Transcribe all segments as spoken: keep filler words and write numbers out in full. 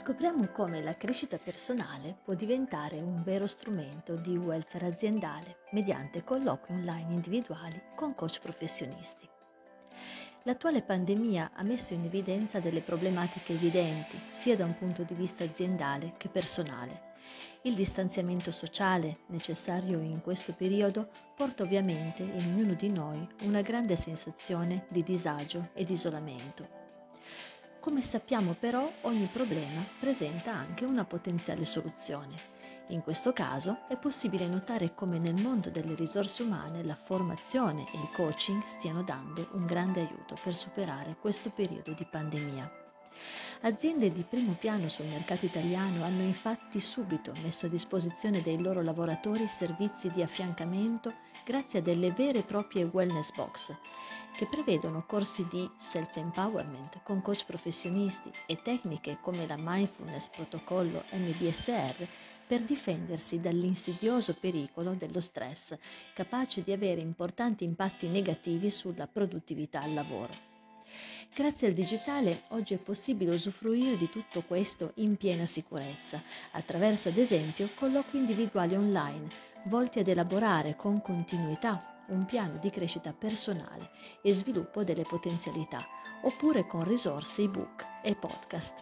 Scopriamo come la crescita personale può diventare un vero strumento di welfare aziendale mediante colloqui online individuali con coach professionisti. L'attuale pandemia ha messo in evidenza delle problematiche evidenti, sia da un punto di vista aziendale che personale. Il distanziamento sociale, necessario in questo periodo, porta ovviamente in ognuno di noi una grande sensazione di disagio e di isolamento. Come sappiamo però, ogni problema presenta anche una potenziale soluzione. In questo caso è possibile notare come nel mondo delle risorse umane la formazione e il coaching stiano dando un grande aiuto per superare questo periodo di pandemia. Aziende di primo piano sul mercato italiano hanno infatti subito messo a disposizione dei loro lavoratori servizi di affiancamento grazie a delle vere e proprie wellness box, che prevedono corsi di self-empowerment con coach professionisti e tecniche come la mindfulness protocollo M B S R per difendersi dall'insidioso pericolo dello stress, capace di avere importanti impatti negativi sulla produttività al lavoro. Grazie al digitale oggi è possibile usufruire di tutto questo in piena sicurezza, attraverso ad esempio colloqui individuali online, volti ad elaborare con continuità un piano di crescita personale e sviluppo delle potenzialità, oppure con risorse ebook e podcast.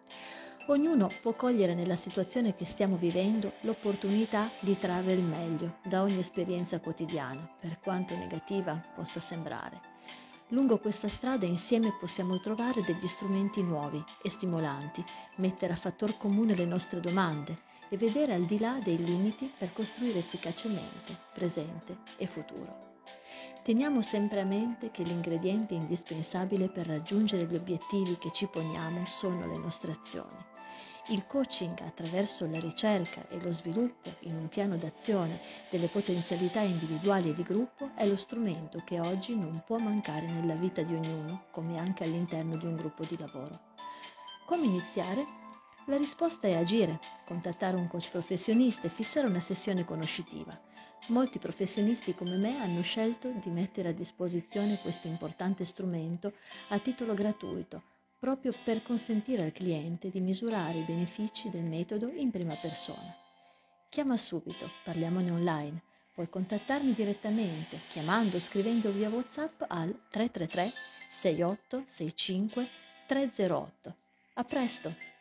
Ognuno può cogliere nella situazione che stiamo vivendo l'opportunità di trarre il meglio da ogni esperienza quotidiana, per quanto negativa possa sembrare. Lungo questa strada insieme possiamo trovare degli strumenti nuovi e stimolanti, mettere a fattor comune le nostre domande e vedere al di là dei limiti per costruire efficacemente presente e futuro. Teniamo sempre a mente che l'ingrediente indispensabile per raggiungere gli obiettivi che ci poniamo sono le nostre azioni. Il coaching attraverso la ricerca e lo sviluppo in un piano d'azione delle potenzialità individuali e di gruppo è lo strumento che oggi non può mancare nella vita di ognuno, come anche all'interno di un gruppo di lavoro. Come iniziare? La risposta è agire, contattare un coach professionista e fissare una sessione conoscitiva. Molti professionisti come me hanno scelto di mettere a disposizione questo importante strumento a titolo gratuito, proprio per consentire al cliente di misurare i benefici del metodo in prima persona. Chiama subito, parliamone online. Puoi contattarmi direttamente chiamando o scrivendo via WhatsApp al tre tre tre sei otto sei cinque tre zero otto. A presto!